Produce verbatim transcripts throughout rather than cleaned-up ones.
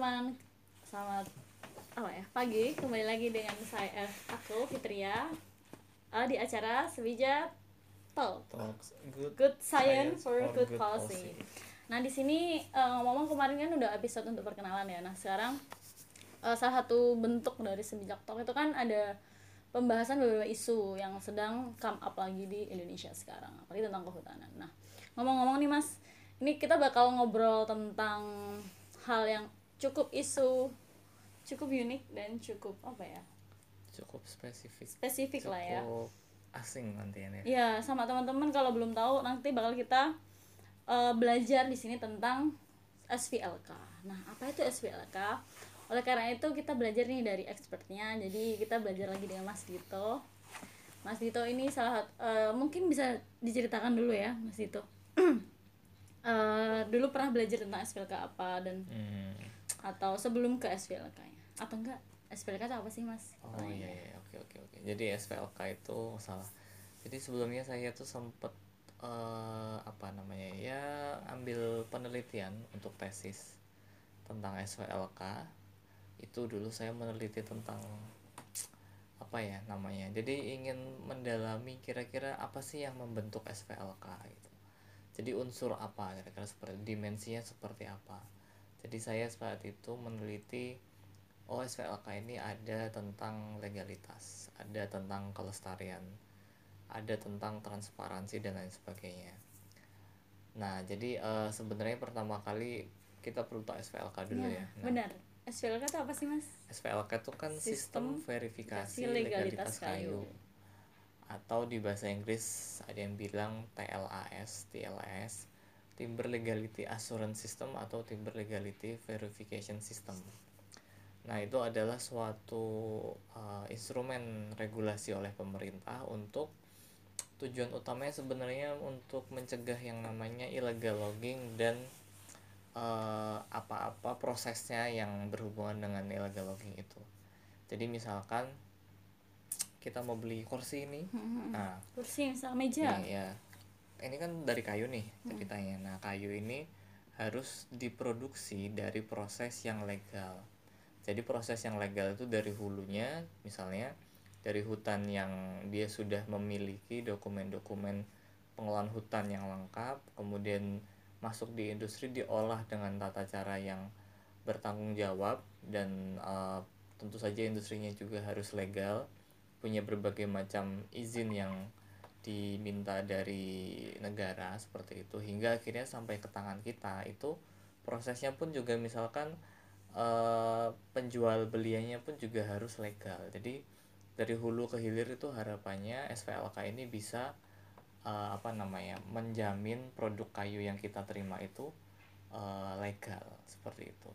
teman-teman, selamat apa ya pagi, kembali lagi dengan saya, eh, aku Fitria, eh, di acara Sebija Talk, Talks good, Good Science science for for Good good Policy. policy. Nah di sini eh, ngomong kemarin kan udah episode untuk perkenalan ya. Nah sekarang eh, salah satu bentuk dari Sebija Talk itu kan ada pembahasan beberapa isu yang sedang come up lagi di Indonesia sekarang, apalagi tentang kehutanan. Nah ngomong-ngomong nih Mas, ini kita bakal ngobrol tentang hal yang cukup isu, cukup unik dan cukup apa ya, Cukup spesifik, spesifik cukup lah ya. asing nanti ya. Ya sama teman-teman kalau belum tahu nanti bakal kita uh, belajar di sini tentang S V L K. Nah apa itu S V L K? Oleh karena itu kita belajar nih dari expertnya. Jadi kita belajar lagi dengan Mas Dito. Mas Dito ini salah uh, mungkin bisa diceritakan dulu ya Mas Dito. uh, dulu pernah belajar tentang S V L K apa dan Hmm. atau sebelum ke S V L K-nya atau enggak, S V L K itu apa sih Mas? Oh iya iya oke oke oke. Jadi S V L K itu salah. Jadi sebelumnya saya tuh sempet uh, apa namanya ya ambil penelitian untuk tesis tentang S V L K. Itu dulu saya meneliti tentang apa ya namanya. Jadi ingin mendalami kira-kira apa sih yang membentuk S V L K gitu. Jadi unsur apa kira-kira seperti dimensinya seperti apa. Jadi saya saat itu meneliti oh S V L K ini ada tentang legalitas, ada tentang kelestarian, ada tentang transparansi dan lain sebagainya. Nah jadi uh, sebenarnya pertama kali kita perlu tahu S V L K dulu ya. Ya, Nah, benar. S V L K itu apa sih Mas? S V L K itu kan sistem, sistem verifikasi legalitas, legalitas kayu. kayu. Atau di bahasa Inggris ada yang bilang T L A S, T L A S, Timber Legality Assurance System atau Timber Legality Verification System. Nah itu adalah suatu uh, instrumen regulasi oleh pemerintah untuk tujuan utamanya sebenarnya untuk mencegah yang namanya illegal logging dan uh, apa-apa prosesnya yang berhubungan dengan illegal logging itu. Jadi misalkan kita mau beli kursi ini, hmm, nah kursi misal meja. Nih, ya ini kan dari kayu nih ceritanya. Hmm. Nah kayu ini harus diproduksi dari proses yang legal. Jadi proses yang legal itu dari hulunya, misalnya dari hutan yang dia sudah memiliki dokumen-dokumen pengelolaan hutan yang lengkap, kemudian masuk di industri diolah dengan tata cara yang bertanggung jawab dan uh, tentu saja industrinya juga harus legal, punya berbagai macam izin yang diminta dari negara seperti itu, hingga akhirnya sampai ke tangan kita. Itu prosesnya pun juga misalkan Uh, penjual beliannya pun juga harus legal. Jadi dari hulu ke hilir itu harapannya S V L K ini bisa uh, apa namanya menjamin produk kayu yang kita terima itu uh, legal seperti itu.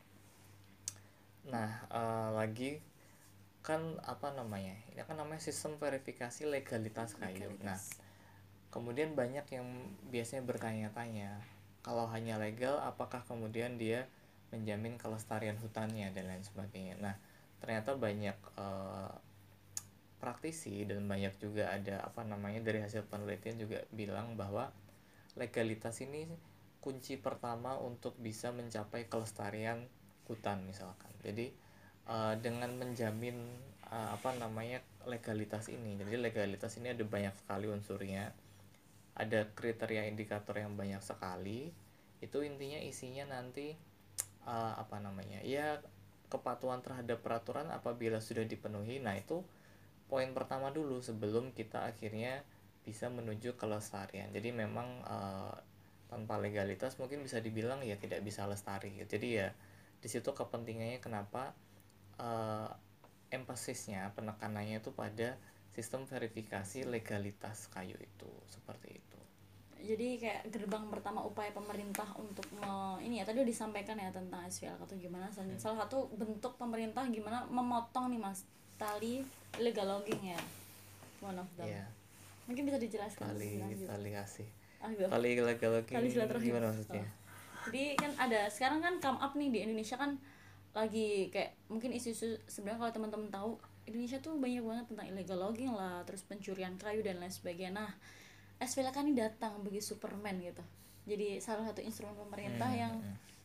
Nah uh, lagi kan apa namanya ini kan namanya sistem verifikasi legalitas kayu. Legalitas. Nah kemudian banyak yang biasanya bertanya-tanya, kalau hanya legal apakah kemudian dia menjamin kelestarian hutannya dan lain sebagainya. Nah ternyata banyak uh, praktisi dan banyak juga ada apa namanya dari hasil penelitian juga bilang bahwa legalitas ini kunci pertama untuk bisa mencapai kelestarian hutan misalkan. Jadi uh, dengan menjamin uh, apa namanya legalitas ini, jadi legalitas ini ada banyak sekali unsurnya, ada kriteria indikator yang banyak sekali. Itu intinya isinya nanti Uh, apa namanya ya kepatuhan terhadap peraturan apabila sudah dipenuhi. Nah itu poin pertama dulu sebelum kita akhirnya bisa menuju kelestarian. Jadi memang uh, tanpa legalitas mungkin bisa dibilang ya tidak bisa lestari. Jadi ya di situ kepentingannya kenapa uh, empasisnya penekanannya itu pada sistem verifikasi legalitas kayu itu seperti itu. Jadi kayak gerbang pertama upaya pemerintah untuk me, ini ya tadi udah disampaikan ya tentang S V L K atau gimana. Hmm. Salah satu bentuk pemerintah gimana memotong nih Mas tali illegal logging ya, one of them. Yeah. Mungkin bisa dijelaskan tali tali kasih. Ah, gitu. Tali illegal logging. Tali silaturahim. Gimana maksudnya? Oh. Jadi kan ada sekarang kan come up nih di Indonesia kan lagi kayak mungkin isu-isu sebenarnya kalau teman-teman tahu Indonesia tuh banyak banget tentang illegal logging lah, terus pencurian kayu dan lain sebagainya. Nah S V L K ini datang bagi Superman gitu. Jadi salah satu instrumen pemerintah hmm, yang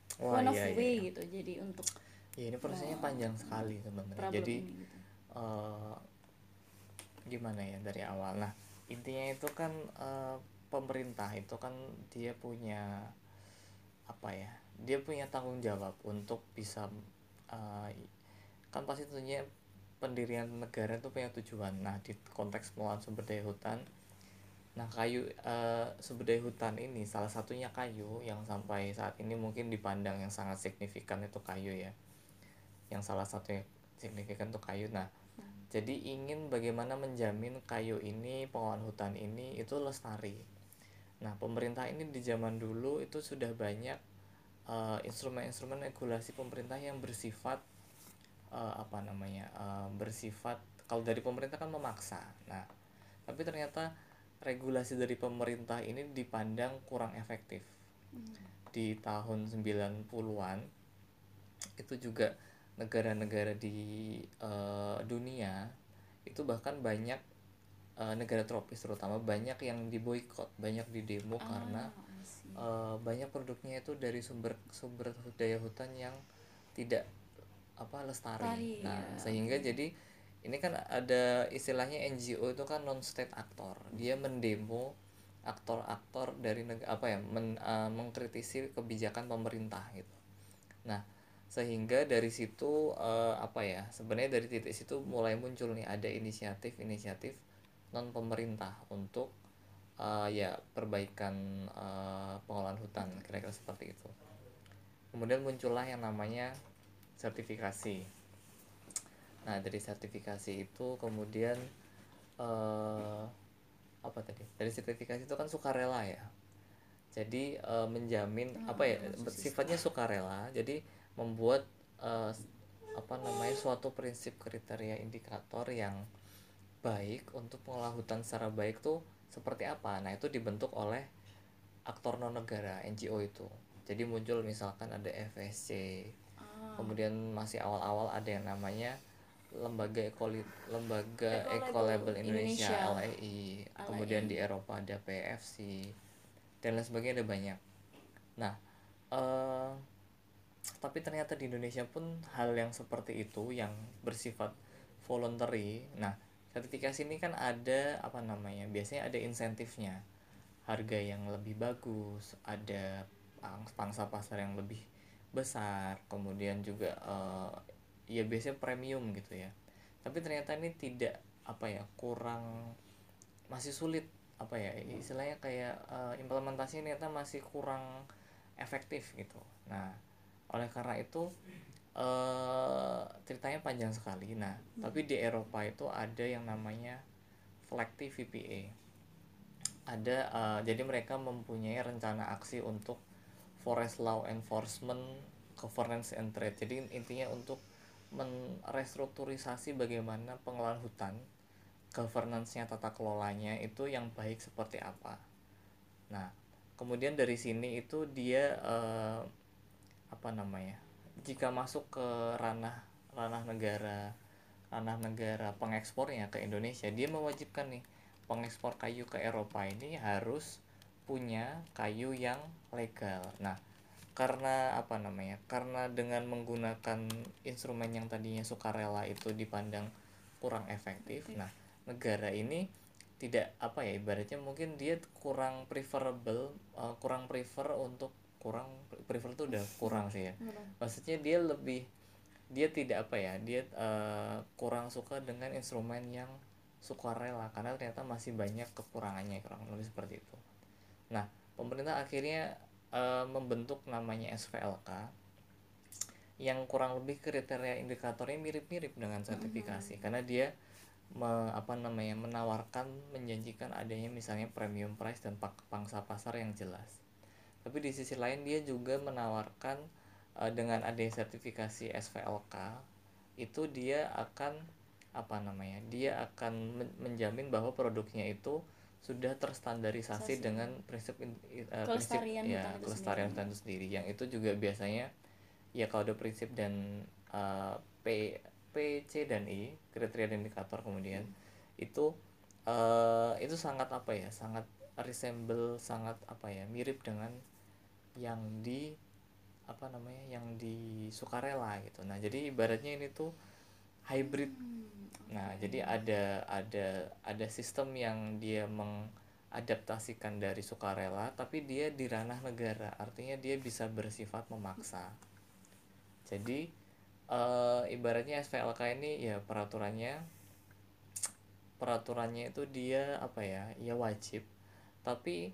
Wah, one of iya, iya, iya. way gitu jadi untuk Ya, ini prosesnya me- panjang sekali sebenarnya. problem Jadi ini gitu. eh, gimana ya dari awal. Nah, intinya itu kan eh, pemerintah itu kan dia punya apa ya? Dia punya tanggung jawab untuk bisa eh, kan pasti tentunya pendirian negara itu punya tujuan. Nah, di konteks pengelolaan sumber daya hutan, nah kayu eh, sumber daya hutan ini salah satunya kayu yang sampai saat ini mungkin dipandang yang sangat signifikan itu kayu ya. Yang salah satu yang signifikan itu kayu. Nah, jadi ingin bagaimana menjamin kayu ini, pengelolaan hutan ini itu lestari. Nah, pemerintah ini di zaman dulu itu sudah banyak uh, instrumen-instrumen regulasi pemerintah yang bersifat uh, apa namanya uh, bersifat kalau dari pemerintah kan memaksa. Nah, tapi ternyata regulasi dari pemerintah ini dipandang kurang efektif. Di tahun sembilan puluhan itu juga negara-negara di uh, dunia itu bahkan banyak uh, negara tropis terutama banyak yang diboikot, banyak didemo Ah, karena I see. uh, banyak produknya itu dari sumber sumber daya hutan yang tidak apa lestari. Lestari, Nah, ya, sehingga oke. jadi ini kan ada istilahnya N G O itu kan non state actor. Dia mendemo aktor-aktor dari negara apa ya men, uh, mengkritisi kebijakan pemerintah gitu. Nah, sehingga dari situ uh, apa ya sebenarnya dari titik situ mulai muncul nih ada inisiatif-inisiatif non pemerintah untuk uh, ya perbaikan uh, pengelolaan hutan kira-kira seperti itu. Kemudian muncullah yang namanya sertifikasi. Nah, dari sertifikasi itu kemudian uh, apa tadi? Dari sertifikasi itu kan sukarela ya. Jadi uh, menjamin Ah, apa ya masuk sistem. sifatnya sukarela. Jadi membuat uh, apa namanya suatu prinsip kriteria indikator yang baik untuk pengelola hutan secara baik tuh seperti apa. Nah, itu dibentuk oleh aktor non negara N G O itu. Jadi muncul misalkan ada F S C, Ah, kemudian masih awal-awal ada yang namanya lembaga ekoli lembaga Ecolabel ekolabel Indonesia Indonesia, L E I, kemudian L A I. di Eropa ada P F C dan lain sebagainya ada banyak. Nah, eh, tapi ternyata di Indonesia pun hal yang seperti itu yang bersifat voluntary. Nah, sertifikasi ini kan ada apa namanya? Biasanya ada insentifnya. Harga yang lebih bagus, ada pangsa pasar yang lebih besar, kemudian juga uh, ya biasanya premium gitu ya. Tapi ternyata ini tidak apa ya, kurang masih sulit apa ya istilahnya kayak uh, implementasinya ternyata masih kurang efektif gitu. Nah, oleh karena itu uh, ceritanya panjang sekali. Nah, hmm. tapi di Eropa itu ada yang namanya Flagti V P A. Ada uh, jadi mereka mempunyai rencana aksi untuk forest law enforcement, governance and trade. Jadi intinya untuk merestrukturisasi bagaimana pengelolaan hutan, governance-nya, tata kelolanya itu yang baik seperti apa. Nah, kemudian dari sini itu dia uh, apa namanya? Jika masuk ke ranah ranah negara ranah negara pengekspornya ke Indonesia, dia mewajibkan nih pengekspor kayu ke Eropa ini harus punya kayu yang legal. Nah, karena apa namanya? Karena dengan menggunakan instrumen yang tadinya sukarela itu dipandang kurang efektif. Nah, negara ini tidak apa ya ibaratnya mungkin dia kurang preferable uh, kurang prefer untuk kurang prefer tuh udah kurang sih ya. Maksudnya dia lebih dia tidak apa ya dia uh, kurang suka dengan instrumen yang sukarela karena ternyata masih banyak kekurangannya kurang lebih seperti itu. Nah, pemerintah akhirnya uh, membentuk namanya S V L K yang kurang lebih kriteria indikatornya mirip-mirip dengan sertifikasi mm-hmm. karena dia me, apa namanya menawarkan menjanjikan adanya misalnya premium price dan pangsa pasar yang jelas. Tapi di sisi lain dia juga menawarkan uh, dengan adanya sertifikasi S V L K itu dia akan apa namanya dia akan men- menjamin bahwa produknya itu sudah terstandarisasi Sasi. dengan prinsip uh, prinsip ya kelestarian hutan itu sendiri yang itu juga biasanya ya kalau ada prinsip dan uh, P P C dan I kriteria dan indikator kemudian hmm. itu uh, itu sangat apa ya sangat resemble sangat apa ya mirip dengan yang di apa namanya yang di sukarela gitu. Nah jadi ibaratnya ini tuh hybrid. Nah jadi ada ada ada sistem yang dia mengadaptasikan dari sukarela tapi dia di ranah negara, artinya dia bisa bersifat memaksa. Jadi uh, ibaratnya S V L K ini ya peraturannya peraturannya itu dia apa ya ya wajib, tapi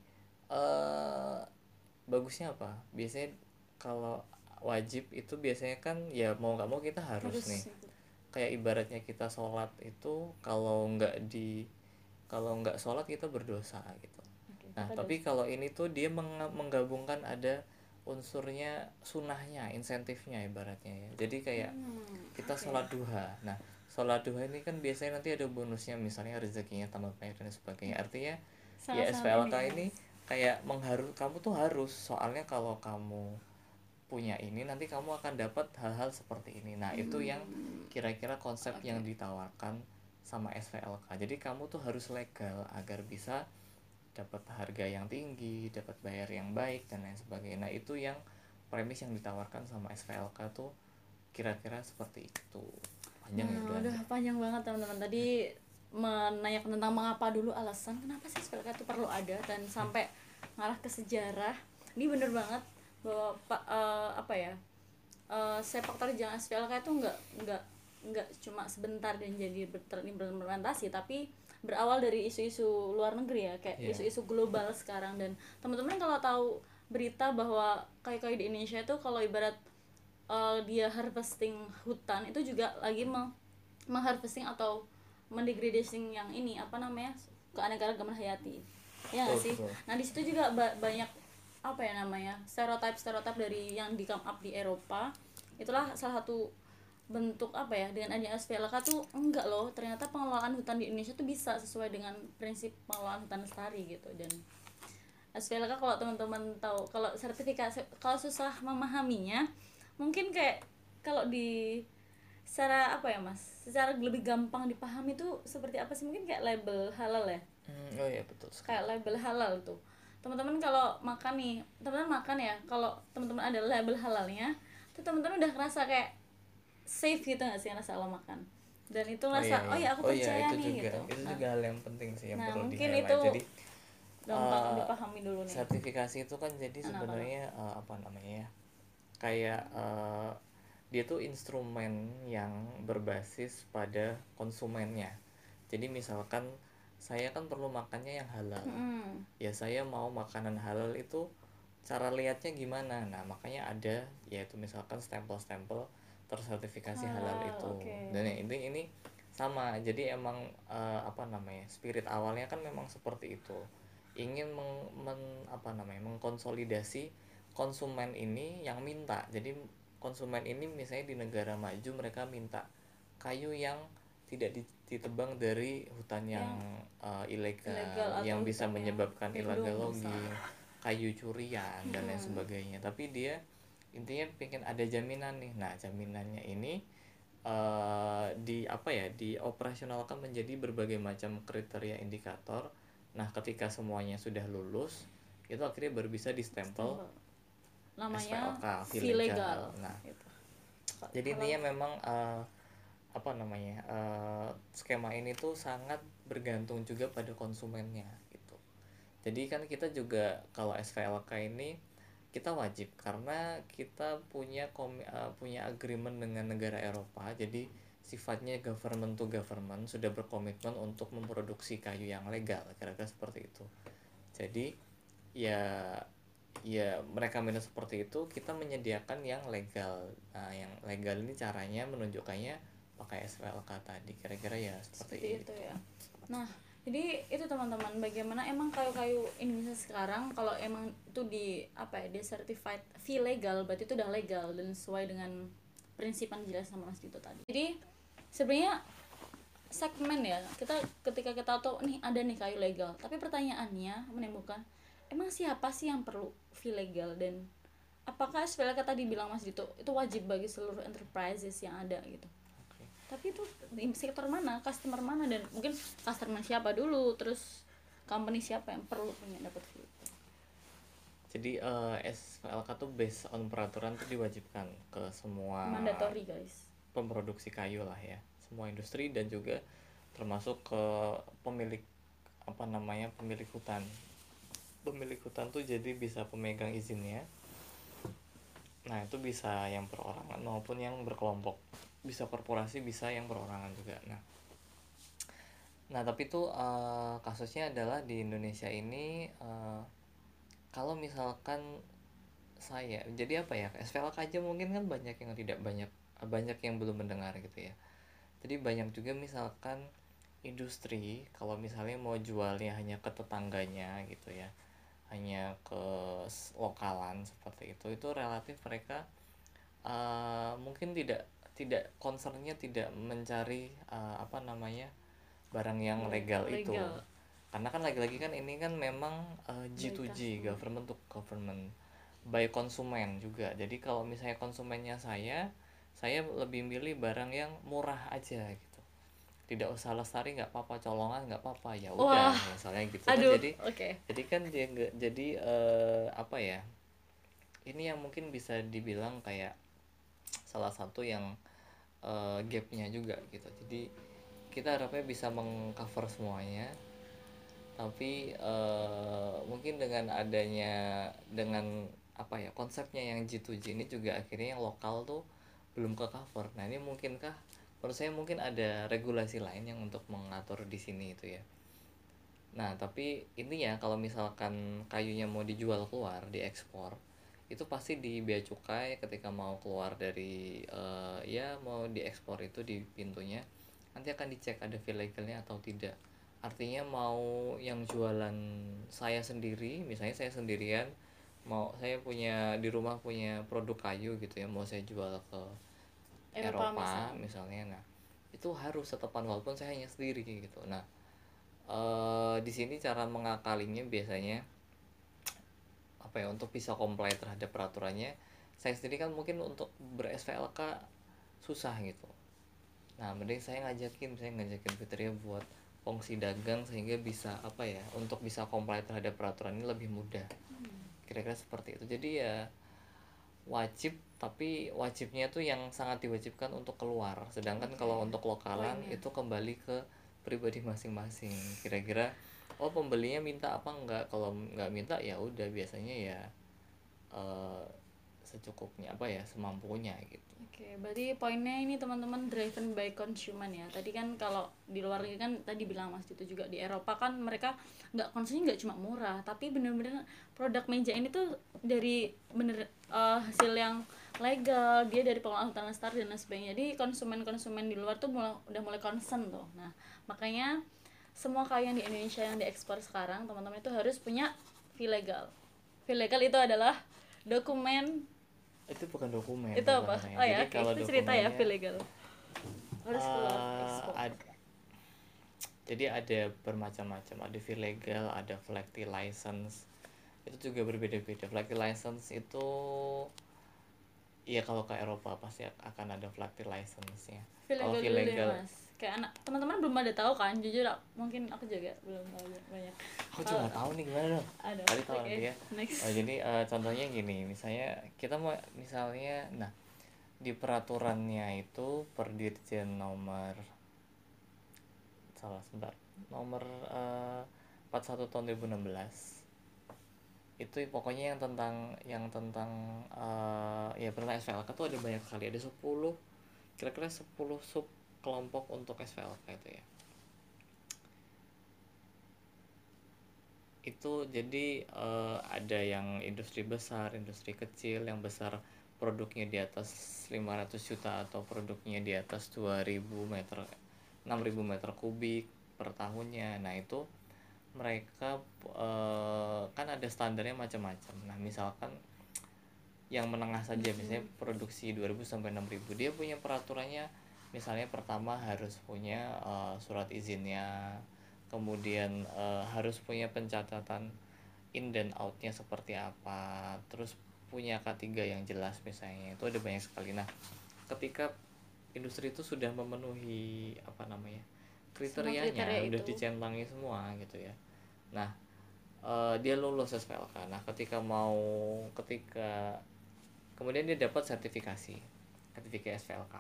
uh, bagusnya apa, biasanya kalau wajib itu biasanya kan ya mau nggak mau kita harus, harus nih itu. Kayak ibaratnya kita sholat itu kalau nggak di kalau nggak sholat kita berdosa gitu. Oke, nah tapi kalau ini tuh dia meng- menggabungkan ada unsurnya sunahnya, insentifnya ibaratnya ya. Jadi kayak hmm, kita okay. sholat duha. Nah sholat duha ini kan biasanya nanti ada bonusnya, misalnya rezekinya tambah banyak dan sebagainya. Artinya salah ya S V L K ini, ini kayak mengharus kamu tuh harus, soalnya kalau kamu punya ini nanti kamu akan dapat hal-hal seperti ini. Nah hmm. itu yang kira-kira konsep okay. yang ditawarkan sama S V L K. Jadi kamu tuh harus legal agar bisa dapat harga yang tinggi, dapat bayar yang baik dan lain sebagainya. Nah itu yang premis yang ditawarkan sama S V L K tuh kira-kira seperti itu. Panjang nah, ya udah panjang banget teman-teman. Tadi menanyakan tentang mengapa dulu, alasan kenapa sih S V L K itu perlu ada, dan sampai ngarah ke sejarah. Ini bener banget bahwa pak uh, apa ya uh, sepak terjang S V L K itu nggak nggak nggak cuma sebentar dan jadi berimplementasi, tapi berawal dari isu-isu luar negeri ya, kayak yeah. isu-isu global sekarang. Dan teman-teman kalau tahu berita bahwa kayu-kayu di Indonesia itu kalau ibarat uh, dia harvesting hutan itu juga lagi meng- mengharvesting atau mendegrading yang ini apa namanya keanekaragaman hayati ya nggak oh, sih betul. Nah di situ juga ba- banyak apa ya namanya stereotip stereotip dari yang di come up di Eropa. Itulah salah satu bentuk apa ya, dengan adanya S V L K tuh enggak loh, ternyata pengelolaan hutan di Indonesia tuh bisa sesuai dengan prinsip pengelolaan hutan lestari gitu. Dan S V L K kalau teman-teman tahu, kalau sertifikasi, kalau susah memahaminya mungkin kayak kalau di secara apa ya mas, secara lebih gampang dipahami tuh seperti apa sih, mungkin kayak label halal ya. hmm, oh iya betul sekali. Kayak label halal tuh teman-teman kalau makan nih, teman-teman makan ya, kalau teman-teman ada label halalnya tuh teman-teman udah ngerasa kayak safe gitu nggak sih rasa lo makan, dan itu rasa oh, iya, iya. oh ya aku oh, percaya iya, itu nih juga, gitu. Itu nah, juga hal yang penting sih yang nah, perlu mungkin di-highlight. itu Jadi gampang uh, dipahami dulu nih. Sertifikasi itu kan jadi sebenarnya uh, apa namanya ya, kayak uh, dia tuh instrumen yang berbasis pada konsumennya. Jadi misalkan saya kan perlu makannya yang halal, hmm. ya saya mau makanan halal itu cara lihatnya gimana. Nah makanya ada yaitu misalkan stempel-stempel tersertifikasi halal, halal itu okay. Dan ini ini sama, jadi emang uh, apa namanya spirit awalnya kan memang seperti itu, ingin meng, men, apa namanya mengkonsolidasi konsumen ini yang minta. Jadi konsumen ini misalnya di negara maju mereka minta kayu yang tidak ditebang dari hutan yang, yang uh, ilegal, ilegal yang bisa menyebabkan illegal logging, kayu curian dan lain sebagainya. Tapi dia intinya pengen ada jaminan nih. Nah jaminannya ini uh, di apa ya dioperasionalkan menjadi berbagai macam kriteria indikator. Nah ketika semuanya sudah lulus itu akhirnya baru bisa distempel namanya S V L K ilegal. Nah gitu. Jadi intinya memang uh, apa namanya uh, skema ini tuh sangat bergantung juga pada konsumennya gitu. Jadi kan kita juga kalau S V L K ini kita wajib karena kita punya komi, uh, punya agreement dengan negara Eropa. Jadi sifatnya government to government, sudah berkomitmen untuk memproduksi kayu yang legal, kira-kira seperti itu. Jadi ya ya mereka minta seperti itu, kita menyediakan yang legal. Nah yang legal ini caranya menunjukkannya pakai S V L K tadi, kira-kira ya seperti, seperti itu ya. Nah jadi itu teman-teman, bagaimana emang kayu-kayu Indonesia sekarang kalau emang itu di apa ya, di certified V legal, berarti itu udah legal dan sesuai dengan prinsip yang jelas sama Mas Dito tadi. Jadi sebenarnya segmen ya, kita ketika kita tahu nih ada nih kayu legal, tapi pertanyaannya menimbulkan emang siapa sih yang perlu V legal, dan apakah S V L K tadi bilang Mas Dito itu wajib bagi seluruh enterprises yang ada gitu. Tapi itu di sektor mana, customer mana, dan mungkin customer siapa dulu, terus company siapa yang perlu punya dapat fee. Jadi uh, S V L K tuh based on peraturan tuh diwajibkan ke semua mandatory guys, pemproduksi kayu lah ya, semua industri dan juga termasuk ke pemilik apa namanya pemilik hutan. Pemilik hutan tuh jadi bisa pemegang izinnya. Nah itu bisa yang perorangan maupun yang berkelompok, bisa korporasi, bisa yang perorangan juga. Nah, nah tapi tuh uh, kasusnya adalah di Indonesia ini uh, kalau misalkan saya jadi apa ya S V L K aja mungkin kan banyak yang tidak banyak banyak yang belum mendengar gitu ya. Jadi banyak juga misalkan industri kalau misalnya mau jualnya hanya ke tetangganya gitu ya, hanya ke lokalan seperti itu, itu relatif mereka uh, mungkin tidak tidak concernnya tidak mencari uh, apa namanya barang yang legal, legal. itu karena kan lagi-lagi kan ini kan memang uh, G to G, Customer. government to government, by konsumen juga. Jadi kalau misalnya konsumennya saya saya lebih milih barang yang murah aja gitu, tidak usah lestari nggak apa-apa, colongan nggak apa-apa, ya udah Wah, misalnya gitu kan. aduh, Jadi oke. Okay. jadi kan dia jadi uh, apa ya, ini yang mungkin bisa dibilang kayak salah satu yang uh, gapnya juga gitu. Jadi kita harapnya bisa mengcover semuanya, tapi uh, mungkin dengan adanya dengan apa ya konsepnya yang G to G ini juga akhirnya yang lokal tuh belum ke cover. Nah ini mungkinkah, menurut saya mungkin ada regulasi lain yang untuk mengatur di sini itu ya. Nah tapi ini ya kalau misalkan kayunya mau dijual keluar, diekspor, itu pasti di bea cukai ketika mau keluar dari uh, ya mau diekspor itu di pintunya nanti akan dicek ada fee legalnya atau tidak. Artinya mau yang jualan saya sendiri, misalnya saya sendirian, mau saya punya di rumah punya produk kayu gitu ya, mau saya jual ke Eropa, Eropa misalnya. misalnya, nah itu harus setopan walaupun saya hanya sendiri gitu. Nah eh, di sini cara mengakalinya biasanya apa ya, untuk bisa comply terhadap peraturannya, saya sendiri kan mungkin untuk ber-S V L K susah gitu. Nah mending saya ngajakin saya ngajakin Fitria buat fungsi dagang sehingga bisa apa ya, untuk bisa comply terhadap peraturan ini lebih mudah, kira-kira seperti itu. Jadi ya wajib, tapi wajibnya tuh yang sangat diwajibkan untuk keluar, sedangkan Okay. kalau untuk lokalan Poinnya. itu kembali ke pribadi masing-masing. Kira-kira oh pembelinya minta apa enggak, kalau nggak minta ya udah biasanya ya uh, secukupnya apa ya semampunya gitu. Oke, okay, berarti poinnya ini teman-teman driven by consumer ya. Tadi kan kalau di luar negeri kan tadi bilang Mas itu juga di Eropa kan mereka nggak konsumsi nggak cuma murah, tapi bener-bener produk meja ini tuh dari bener uh, hasil yang legal, dia dari pengolahan hutan lestari dan lain sebagainya. Jadi konsumen-konsumen di luar tuh mulai, udah mulai concern tuh. Nah, makanya semua kayu yang di Indonesia yang diekspor sekarang teman-teman itu harus punya fee legal. Fee legal itu adalah dokumen. Itu bukan dokumen Itu apa? sebenarnya. Oh ya, Jadi oke. kalau Itu cerita ya, dokumennya feel legal. Harus keluar uh, ekspor. ad- jadi ada bermacam-macam, ada fee legal, ada flagti license, itu juga berbeda-beda. Flagti license itu iya kalau ke Eropa pasti akan ada flagti license-nya. Feel Kalau legal fee dulu deh, legal, Mas. Kayak anak teman-teman belum ada tahu kan? Jujur mungkin aku juga belum tahu banyak. aku juga nggak tahu nih gimana dong. Ada. Tadi tahu Oke, nanti ya. next. Oh, jadi uh, contohnya gini, misalnya kita mau misalnya, nah di peraturannya itu per Dirjen nomor salah sebentar nomor uh, empat puluh satu tahun dua ribu enam belas itu pokoknya yang tentang yang tentang uh, ya tentang S V L K tuh ada banyak sekali, ada sepuluh, kira-kira sepuluh sub kelompok untuk S V L K itu ya. Itu jadi uh, ada yang industri besar, industri kecil, yang besar produknya di atas lima ratus juta atau produknya di atas dua ribu meter, enam ribu meter kubik per tahunnya. Nah itu mereka uh, kan ada standarnya macam-macam. Nah misalkan yang menengah saja, misalnya produksi dua ribu sampai enam ribu, dia punya peraturannya. Misalnya pertama harus punya uh, surat izinnya, kemudian uh, harus punya pencatatan in dan outnya seperti apa, terus punya K tiga yang jelas misalnya. Itu ada banyak sekali. Nah ketika industri itu sudah memenuhi apa namanya kriterianya, kriteria udah itu. dicentangi semua gitu ya. Nah uh, dia lulus S P L K. Nah ketika mau ketika kemudian dia dapat sertifikasi sertifikat S P L K.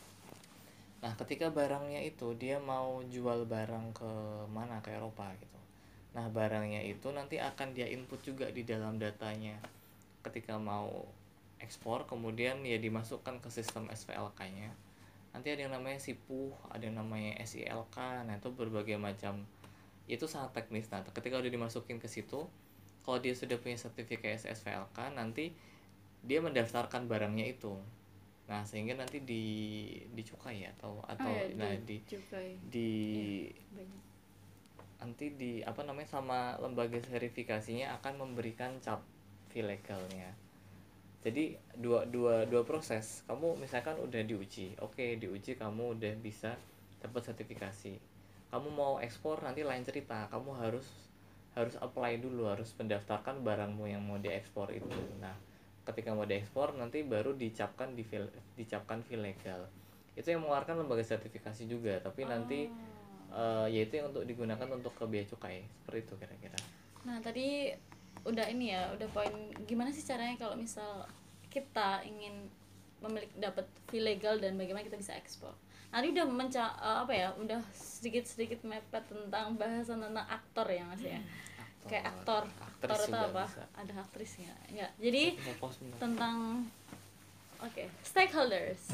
Nah ketika barangnya itu dia mau jual barang ke mana, ke Eropa gitu. Nah barangnya itu nanti akan dia input juga di dalam datanya ketika mau ekspor, kemudian ya dimasukkan ke sistem S P L K-nya. Nanti ada yang namanya SIPUH, ada yang namanya S I L K. Nah itu berbagai macam, itu sangat teknis. Nah ketika udah dimasukin ke situ, kalau dia sudah punya sertifikat S P L K, nanti dia mendaftarkan barangnya itu. Nah sehingga nanti di dicukai atau atau oh, ya, nah di dicukai. di Ya, nanti di apa namanya sama lembaga verifikasinya akan memberikan cap fee legalnya. Jadi dua dua dua proses. Kamu misalkan udah diuji, oke diuji kamu udah bisa dapat sertifikasi. Kamu mau ekspor nanti lain cerita. Kamu harus harus apply dulu, harus mendaftarkan barangmu yang mau diekspor itu. Nah ketika mau diekspor nanti baru dicapkan di fil, dicapkan fee legal. Itu yang mengeluarkan lembaga sertifikasi juga, tapi oh. nanti uh, yaitu yang untuk digunakan untuk ke bea cukai, seperti itu kira-kira. Nah tadi udah ini ya, udah poin gimana sih caranya kalau misal kita ingin memiliki dapat fee legal dan bagaimana kita bisa ekspor. Nanti udah menca uh, apa ya, udah sedikit-sedikit mepet tentang bahasan tentang aktor ya Mas ya. Aktor. Kayak aktor, aktor atau apa? Bisa. Ada aktrisnya. Enggak. Jadi tentang oke, okay. Stakeholders.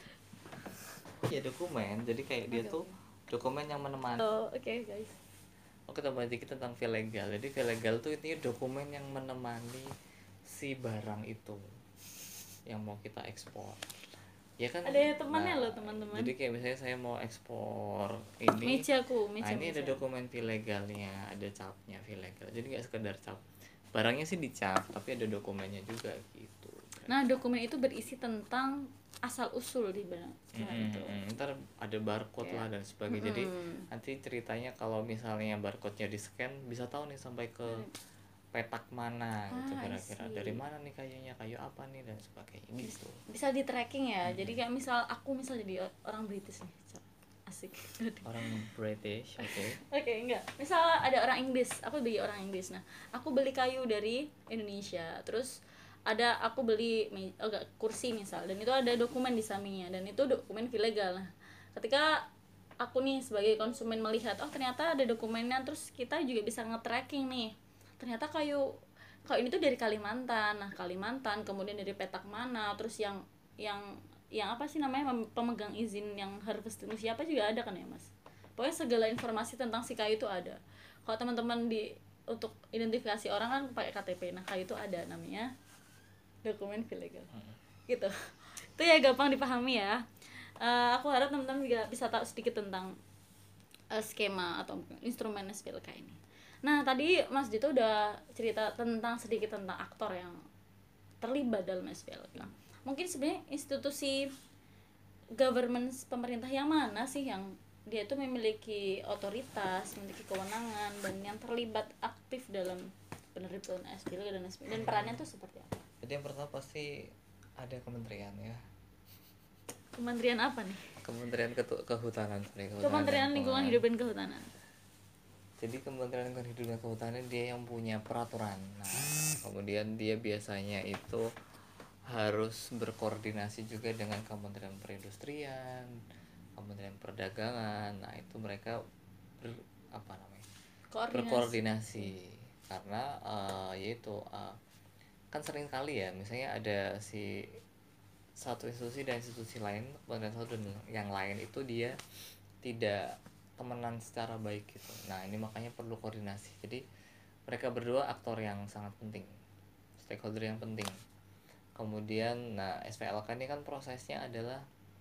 Ya dokumen. Jadi kayak okay. dia tuh dokumen yang menemani. Oh, oke okay, guys. Oke, kita bahas dikit tentang fee legal. Jadi fee legal tuh intinya dokumen yang menemani si barang itu yang mau kita ekspor. Ya kan ada temannya nah, loh teman-teman. Jadi kayak misalnya saya mau ekspor ini, mejaku, meja, nah ini meja. ada dokumen fee legalnya, ada capnya fee legal. Jadi nggak sekedar cap, barangnya sih dicap, tapi ada dokumennya juga gitu. Nah dokumen itu berisi tentang asal usul di barang mm-hmm. itu. Ntar ada barcode yeah. lah dan sebagainya. Mm-hmm. Jadi nanti ceritanya kalau misalnya barcode-nya di scan bisa tahu nih sampai ke petak mana gitu, ah, kira-kira dari mana nih kayunya, kayu apa nih dan sebagainya gitu. Bisa di tracking ya. Mm-hmm. Jadi kayak misal aku misal jadi orang British nih, asik. Orang British, oke. Okay. Oke, okay, enggak. Misal ada orang Inggris, aku beli orang Inggris. Nah, aku beli kayu dari Indonesia. Terus ada aku beli oh enggak, kursi misal, dan itu ada dokumen di sampingnya, dan itu dokumen ilegal. Nah, ketika aku nih sebagai konsumen melihat, oh ternyata ada dokumennya, terus kita juga bisa nge-tracking nih. Ternyata kayu kayu ini tuh dari Kalimantan. Nah, Kalimantan, kemudian dari petak mana, terus yang yang yang apa sih namanya pemegang izin yang harvesting siapa juga ada kan ya Mas. Pokoknya segala informasi tentang si kayu itu ada. Kalau teman-teman di untuk identifikasi orang kan pakai K T P. Nah, kayu itu ada namanya dokumen fee legal. Hmm. Gitu. Itu ya gampang dipahami ya. Uh, aku harap teman-teman juga bisa tahu sedikit tentang uh, skema atau instrumen S P L K ini. Nah, tadi Mas Dito udah cerita tentang sedikit tentang aktor yang terlibat dalam S P L K. Mungkin sebenarnya institusi government pemerintah yang mana sih yang dia itu memiliki otoritas, memiliki kewenangan, dan yang terlibat aktif dalam penerbitan S P L K dan S P L K, dan perannya itu seperti apa? Jadi yang pertama pasti ada kementerian ya. Kementerian apa nih? Kementerian Ketu- Kehutanan. Sorry, Kehutanan. Kementerian Lingkungan Hidup dan Kehutanan. Jadi Kementerian Lingkungan Hidup dan Kehutanan dia yang punya peraturan. Nah, kemudian dia biasanya itu harus berkoordinasi juga dengan Kementerian Perindustrian, Kementerian Perdagangan. Nah, itu mereka ber, apa namanya? Koordinasi. Berkoordinasi karena uh, yaitu uh, kan sering kali ya, misalnya ada si satu institusi dan institusi lain, kementerian satu dan yang lain itu dia tidak temenan secara baik gitu. Nah, ini makanya perlu koordinasi. Jadi mereka berdua aktor yang sangat penting, stakeholder yang penting. Kemudian, nah S P L K ini kan prosesnya adalah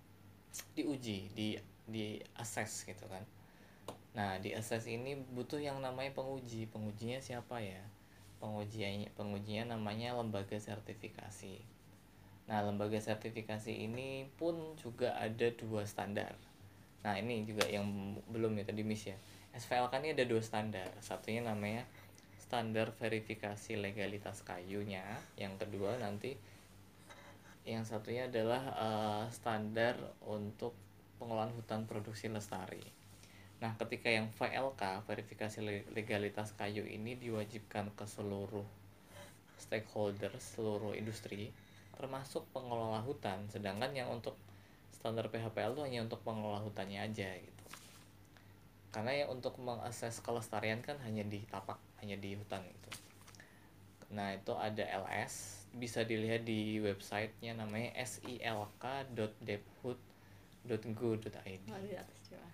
diuji, di di assess gitu kan. Nah, di assess ini butuh yang namanya penguji. Pengujinya siapa ya? Pengujiannya pengujinya namanya lembaga sertifikasi. Nah, lembaga sertifikasi ini pun juga ada dua standar. Nah, ini juga yang belum ya tadi miss ya. S P L K ini ada dua standar. Satunya namanya standar verifikasi legalitas kayunya. Yang kedua nanti yang satunya adalah uh, standar untuk pengelolaan hutan produksi lestari. Nah, ketika yang V L K, verifikasi legalitas kayu ini diwajibkan ke seluruh stakeholder, seluruh industri, termasuk pengelola hutan, sedangkan yang untuk standar P H P L itu hanya untuk pengelola hutannya aja gitu. Karena ya untuk mengakses kelestarian kan hanya di tapak, hanya di hutan gitu. Nah, itu ada L S, bisa dilihat di websitenya namanya silk dot debhut dot go dot i d. Oh, di atas coba.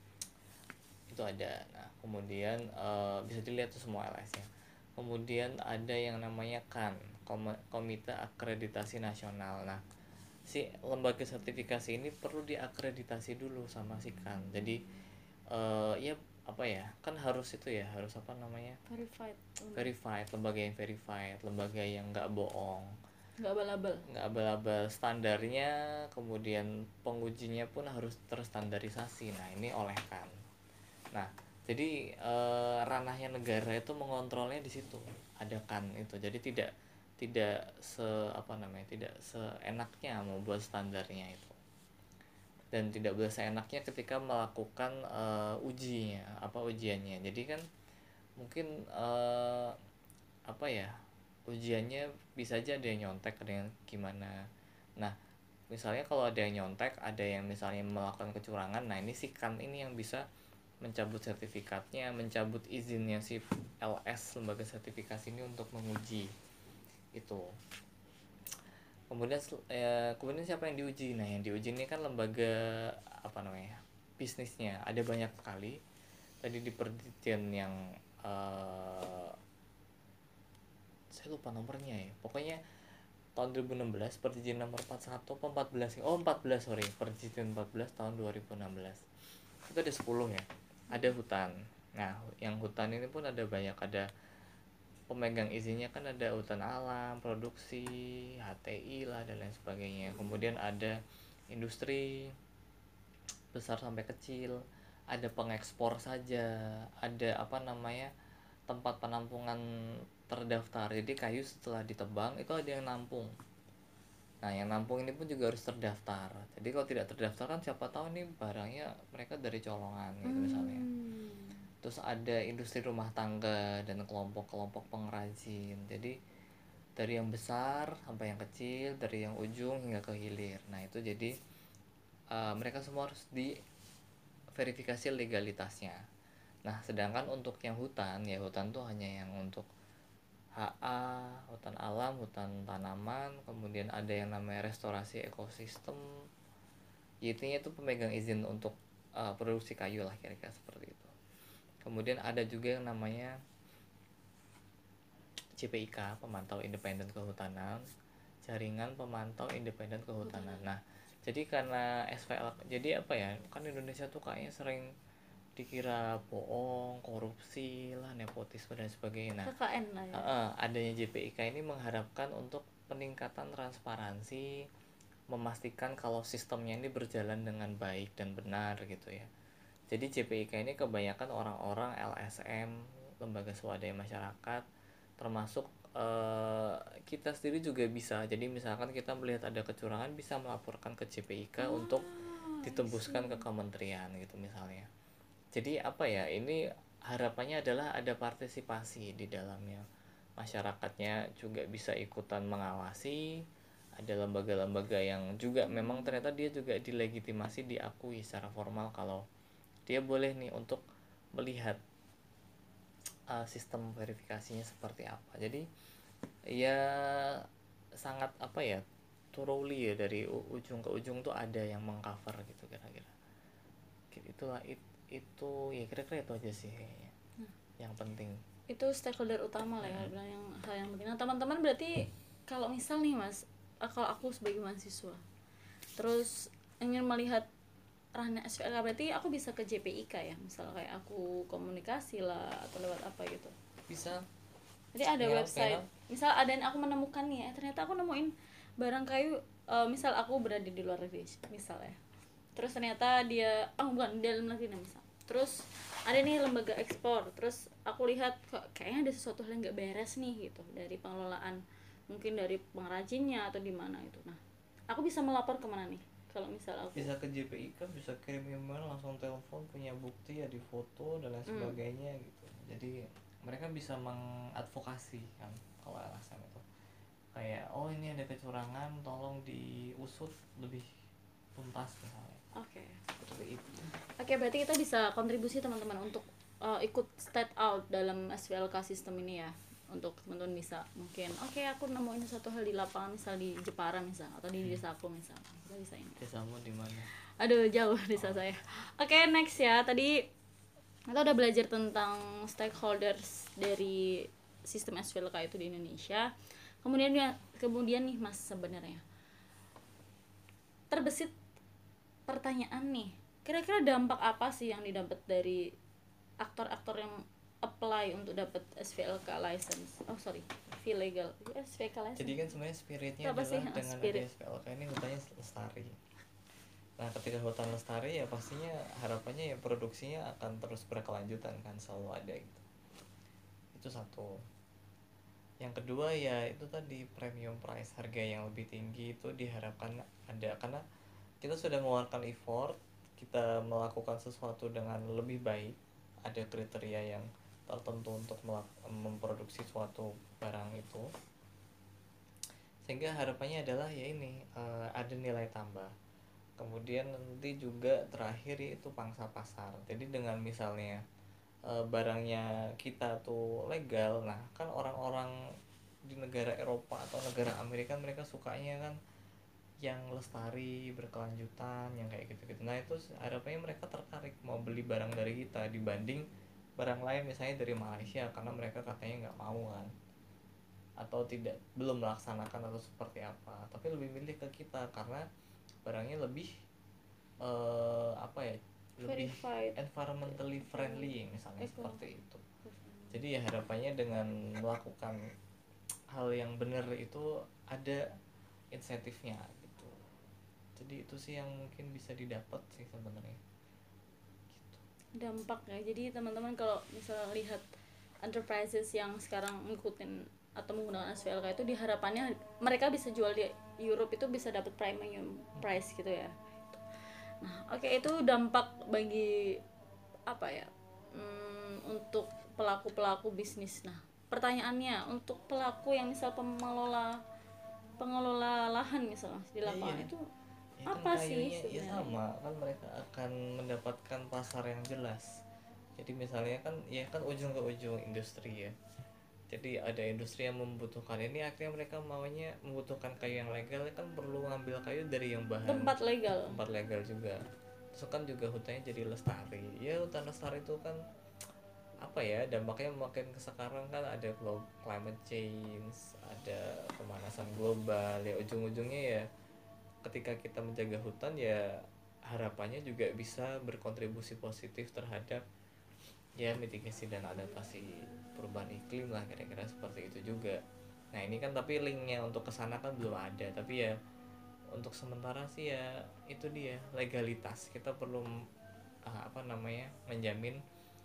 Itu ada. Nah, kemudian uh, bisa dilihat tuh semua L S-nya. Kemudian ada yang namanya C A N, Komite Akreditasi Nasional. Nah, si lembaga sertifikasi ini perlu diakreditasi dulu sama si C A N. Jadi uh, ya apa ya, kan harus itu ya, harus apa namanya, Verified. verified, lembaga yang verified, lembaga yang nggak bohong, nggak abal-abal nggak abal-abal standarnya. Kemudian pengujinya pun harus terstandarisasi. Nah, ini oleh C A N. Nah, jadi eh, ranahnya negara itu mengontrolnya di situ, ada C A N itu. Jadi tidak tidak se apa namanya, tidak seenaknya membuat standarnya itu, dan tidak boleh seenaknya ketika melakukan uh, ujinya, apa ujiannya. Jadi kan mungkin uh, apa ya, ujiannya bisa aja ada yang nyontek, ada yang gimana. Nah, misalnya kalau ada yang nyontek, ada yang misalnya melakukan kecurangan, nah ini si C A N ini yang bisa mencabut sertifikatnya, mencabut izinnya si L S, lembaga sertifikasi ini, untuk menguji itu. Kemudian eh, kemudian siapa yang diuji? Nah, yang diuji ini kan lembaga apa namanya, bisnisnya ada banyak sekali. Tadi di Perdirjen yang eh, saya lupa nomornya ya, pokoknya tahun dua ribu enam belas, Perdirjen nomor empat puluh satu atau empat belas, oh empat belas, sorry, Perdirjen empat belas tahun dua ribu enam belas. Itu ada sepuluh ya, ada hutan. Nah, yang hutan ini pun ada banyak, ada pemegang izinnya kan, ada hutan alam, produksi, H T I lah, dan lain sebagainya. Kemudian ada industri besar sampai kecil, ada pengekspor saja, ada apa namanya, tempat penampungan terdaftar. Jadi kayu setelah ditebang itu ada yang nampung. Nah, yang nampung ini pun juga harus terdaftar. Jadi kalau tidak terdaftar kan siapa tahu nih barangnya mereka dari colongan gitu hmm. misalnya. Terus ada industri rumah tangga dan kelompok-kelompok pengrajin. Jadi dari yang besar sampai yang kecil, dari yang ujung hingga ke hilir. Nah, itu jadi uh, mereka semua harus diverifikasi legalitasnya. Nah, sedangkan untuk yang hutan, ya hutan tuh hanya yang untuk H A, hutan alam, hutan tanaman, kemudian ada yang namanya restorasi ekosistem. Intinya itu pemegang izin untuk uh, produksi kayu lah, kira-kira seperti itu. Kemudian ada juga yang namanya C P I K, Pemantau Independen Kehutanan, Jaringan Pemantau Independen Kehutanan. Nah, jadi karena S V L, jadi apa ya, kan Indonesia tuh kayaknya sering dikira bohong, korupsi lah, nepotisme dan sebagainya. Nah, K K N lah ya. Uh, adanya J P I K ini mengharapkan untuk peningkatan transparansi, memastikan kalau sistemnya ini berjalan dengan baik dan benar gitu ya. Jadi J P I K ini kebanyakan orang-orang L S M, lembaga swadaya masyarakat, termasuk uh, kita sendiri juga bisa. Jadi misalkan kita melihat ada kecurangan, bisa melaporkan ke J P I K oh, untuk ditembuskan ke kementerian gitu misalnya. Jadi apa ya, ini harapannya adalah ada partisipasi di dalamnya, masyarakatnya juga bisa ikutan mengawasi, ada lembaga-lembaga yang juga memang ternyata dia juga dilegitimasi, diakui secara formal kalau dia boleh nih untuk melihat uh, sistem verifikasinya seperti apa. Jadi ya sangat apa ya, thoroughly ya, dari u- ujung ke ujung tuh ada yang mengcover gitu kira-kira. Itulah it, itu ya kira-kira itu aja sih kayaknya. Hmm. Yang penting. Itu stakeholder utama lah ya, hmm. yang hal yang penting. Nah, teman-teman berarti kalau misal nih Mas, kalau aku sebagai mahasiswa terus ingin melihat ranah S V L K, berarti aku bisa ke J P I K ya, misal kayak aku komunikasi lah atau lewat apa gitu. Bisa. Jadi ada ya, website. Ya. Misal ada yang aku menemukan nih, eh, ternyata aku nemuin barang kayu, uh, misal aku berada di luar negeri, misal ya. Terus ternyata dia, oh bukan, di dalam negeri misal. Terus ada nih lembaga ekspor, terus aku lihat kok kayaknya ada sesuatu hal yang nggak beres nih gitu dari pengelolaan, mungkin dari pengrajinnya atau di mana itu. Nah, aku bisa melapor kemana nih? kalau misal aku bisa ke J P I K, bisa kirim email, langsung telepon, punya bukti ya di foto dan lain sebagainya hmm. gitu. Jadi mereka bisa mengadvokasi kan kalau L S M itu kayak oh ini ada kecurangan, tolong diusut lebih tuntas misalnya. Oke. Okay. Seperti itu. Oke, okay, berarti kita bisa kontribusi teman-teman untuk uh, ikut state out dalam S V L K sistem ini ya. Untuk teman-teman bisa mungkin oke okay, aku nemuin satu hal di lapangan misal di Jepara misal atau di desa aku misal. Kita bisa ini. Desamu di mana? Aduh, jauh desa oh. saya. Oke, okay, next ya. Tadi kita udah belajar tentang stakeholders dari sistem S V L K itu di Indonesia. Kemudian kemudian nih Mas sebenarnya terbesit pertanyaan nih. Kira-kira dampak apa sih yang didapat dari aktor-aktor yang apply untuk dapat S V L K license? Oh sorry, fee legal. S V K license. Jadi kan sebenarnya spiritnya apa adalah sih? dengan Spirit. ada S V L K ini hutannya lestari. Nah ketika hutan lestari ya pastinya harapannya ya produksinya akan terus berkelanjutan kan, selalu ada gitu. Itu satu. Yang kedua ya itu tadi premium price, harga yang lebih tinggi itu diharapkan ada karena kita sudah mengeluarkan effort, kita melakukan sesuatu dengan lebih baik, ada kriteria yang tertentu untuk melak- memproduksi suatu barang itu, sehingga harapannya adalah ya ini uh, ada nilai tambah. Kemudian nanti juga terakhir itu pangsa pasar. Jadi dengan misalnya uh, barangnya kita tuh legal, nah kan orang-orang di negara Eropa atau negara Amerika mereka sukanya kan yang lestari, berkelanjutan, yang kayak gitu-gitu. Nah itu harapannya mereka tertarik mau beli barang dari kita dibanding barang lain misalnya dari Malaysia karena mereka katanya nggak mau kan, atau tidak belum melaksanakan atau seperti apa, tapi lebih milih ke kita karena barangnya lebih uh, apa ya lebih Verified. environmentally friendly misalnya Eco. Seperti itu. Jadi ya harapannya dengan melakukan hal yang benar itu ada insentifnya gitu. Jadi itu sih yang mungkin bisa didapat sih sebenarnya gitu. Dampak ya, jadi teman-teman kalau misalnya lihat enterprises yang sekarang ngikutin atau menggunakan S V L K itu diharapannya mereka bisa jual di Europe itu bisa dapat premium price gitu ya. Nah oke okay, itu dampak bagi apa ya hmm, untuk pelaku-pelaku bisnis. Nah pertanyaannya untuk pelaku yang misal pengelola pengelola lahan misalnya di lapangan ya, iya. itu ya, apa kan sih sebenarnya? Ya sama kan mereka akan mendapatkan pasar yang jelas. Jadi misalnya kan ya kan ujung ke ujung industri ya. Jadi ada industri yang membutuhkan ini, akhirnya mereka maunya membutuhkan kayu yang legal, kan perlu ngambil kayu dari yang bahan tempat legal tempat legal juga. Terus kan juga hutannya jadi lestari. Ya hutan lestari itu kan apa ya dampaknya makin ke sekarang kan ada global climate change, ada pemanasan global ya, ujung-ujungnya ya ketika kita menjaga hutan ya harapannya juga bisa berkontribusi positif terhadap ya mitigasi dan adaptasi perubahan iklim lah, kira-kira seperti itu juga. Nah ini kan tapi linknya untuk kesana kan belum ada, tapi ya untuk sementara sih ya itu dia legalitas, kita perlu uh, apa namanya menjamin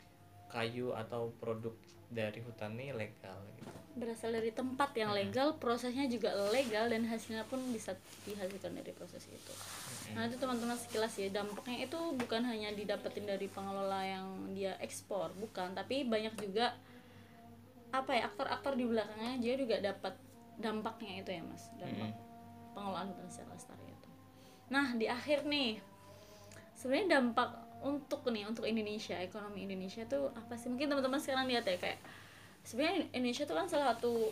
kayu atau produk dari hutan ini legal gitu. Berasal dari tempat yang legal, prosesnya juga legal dan hasilnya pun bisa dihasilkan dari proses itu. Nah itu teman-teman sekilas ya, dampaknya itu bukan hanya didapetin dari pengelola yang dia ekspor, bukan, tapi banyak juga apa ya aktor-aktor di belakangnya dia juga dapat dampaknya itu ya mas, dampak hmm. pengelolaan hutan secara lestari itu. Nah di akhir nih sebenarnya dampak untuk nih untuk Indonesia, ekonomi Indonesia tuh apa sih? Mungkin teman-teman sekarang lihat ya kayak sebenarnya Indonesia tuh kan salah satu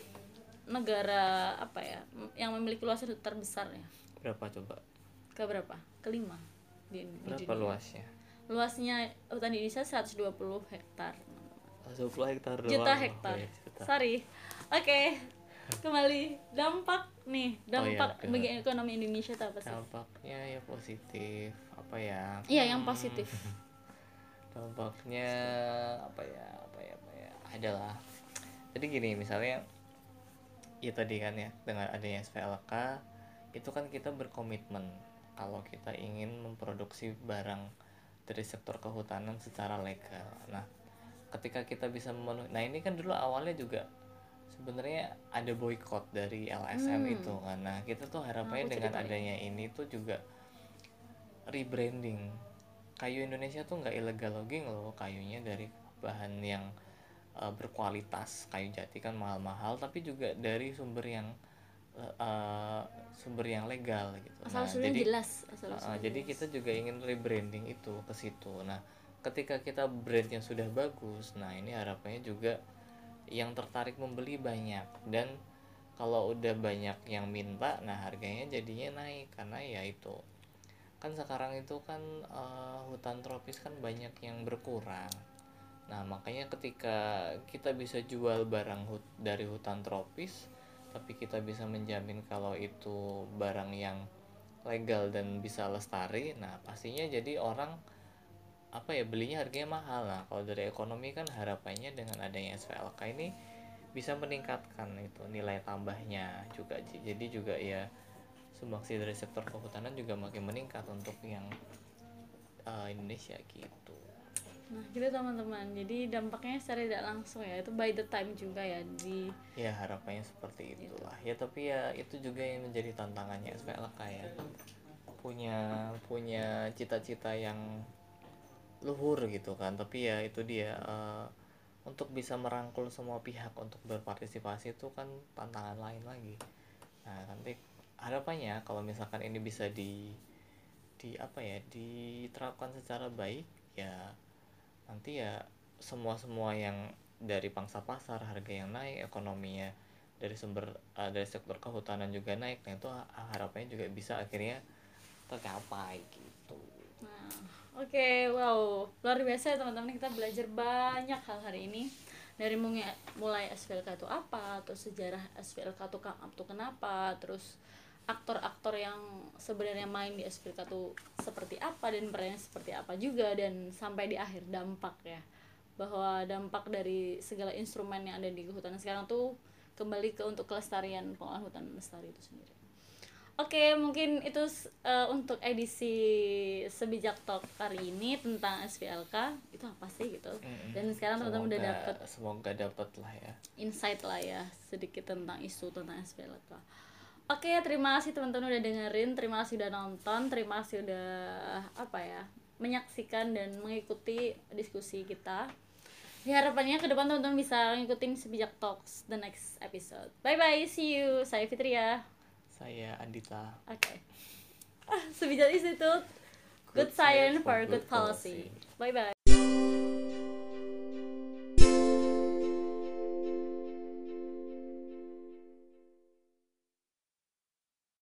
negara apa ya yang memiliki luasan hutan terbesar ya. Berapa coba? Ke berapa? Kelima di, berapa di dunia. Luasnya? Luasnya hutan di Indonesia seratus dua puluh hektar. seratus dua puluh hektar doang. Juta hektar. Oh, ya, juta. Sorry. Oke. Okay. Kembali dampak nih, dampak oh, iya, bagi ekonomi Indonesia itu apa sih? Dampaknya ya positif, apa ya? Iya, hmm. yang positif. Dampaknya apa ya? Apa ya? Apa ya? Adalah. Jadi gini, misalnya ya tadi kan ya dengan adanya S V L K itu kan kita berkomitmen kalau kita ingin memproduksi barang dari sektor kehutanan secara legal. Nah, ketika kita bisa memenuhi, nah ini kan dulu awalnya juga sebenarnya ada boykot dari L S M hmm. itu kan. Nah kita tuh harapannya nah, dengan adanya ini tuh juga rebranding. Kayu Indonesia tuh nggak illegal logging loh, kayunya dari bahan yang uh, berkualitas. Kayu jati kan mahal-mahal, tapi juga dari sumber yang uh, sumber yang legal gitu. Asal Nah, usulnya jadi jelas, asal uh, usulnya jadi jelas. kita juga ingin rebranding itu ke situ. Nah, ketika kita brandnya sudah bagus, nah ini harapannya juga yang tertarik membeli banyak, dan kalau udah banyak yang minta, nah harganya jadinya naik karena ya itu kan sekarang itu kan uh, hutan tropis kan banyak yang berkurang. Nah, makanya ketika kita bisa jual barang hut dari hutan tropis, tapi kita bisa menjamin kalau itu barang yang legal dan bisa lestari, nah pastinya jadi orang apa ya, belinya harganya mahal. Nah, kalau dari ekonomi kan harapannya dengan adanya S V L K ini bisa meningkatkan itu nilai tambahnya juga. Jadi juga ya sumbangsi dari sektor kehutanan juga makin meningkat untuk yang uh, Indonesia gitu. Nah gitu teman-teman, jadi dampaknya secara tidak langsung ya, itu by the time juga ya di ya harapannya seperti itulah itu. Ya tapi ya itu juga yang menjadi tantangannya S V L K ya, punya punya cita-cita yang luhur gitu kan, tapi ya itu dia uh, untuk bisa merangkul semua pihak untuk berpartisipasi itu kan tantangan lain lagi. Nah nanti harapannya kalau misalkan ini bisa di di apa ya diterapkan secara baik, ya nanti ya semua semua yang dari pangsa pasar, harga yang naik, ekonominya dari sumber uh, dari sektor kehutanan juga naik. Nah itu harapannya juga bisa akhirnya tercapai gitu. Nah, oke, okay, wow, luar biasa ya teman-teman, kita belajar banyak hal hari ini, dari mulai, mulai S V L K itu apa, terus sejarah S V L K itu come up tuh kenapa, terus aktor-aktor yang sebenarnya main di S V L K itu seperti apa dan perannya seperti apa juga, dan sampai di akhir dampak ya, bahwa dampak dari segala instrumen yang ada di kehutanan sekarang tuh kembali ke untuk kelestarian pengelolaan hutan lestari itu sendiri. Oke, mungkin itu uh, untuk edisi Sebijak Talk kali ini tentang S V L K itu apa sih gitu. Mm-hmm. Dan sekarang teman-teman udah dapet semoga dapat lah ya insight lah ya sedikit tentang isu tentang S V L K. Oke, terima kasih teman-teman udah dengerin, terima kasih udah nonton, terima kasih udah apa ya menyaksikan dan mengikuti diskusi kita. Ya, harapannya ke depan teman-teman bisa ngikutin Sebijak Talks the next episode. Bye bye, see you. Saya Fitria. Saya Andita. Oke. Okay. Ah, Sebijak Institute. Good, good science for good, good policy. policy. Bye bye.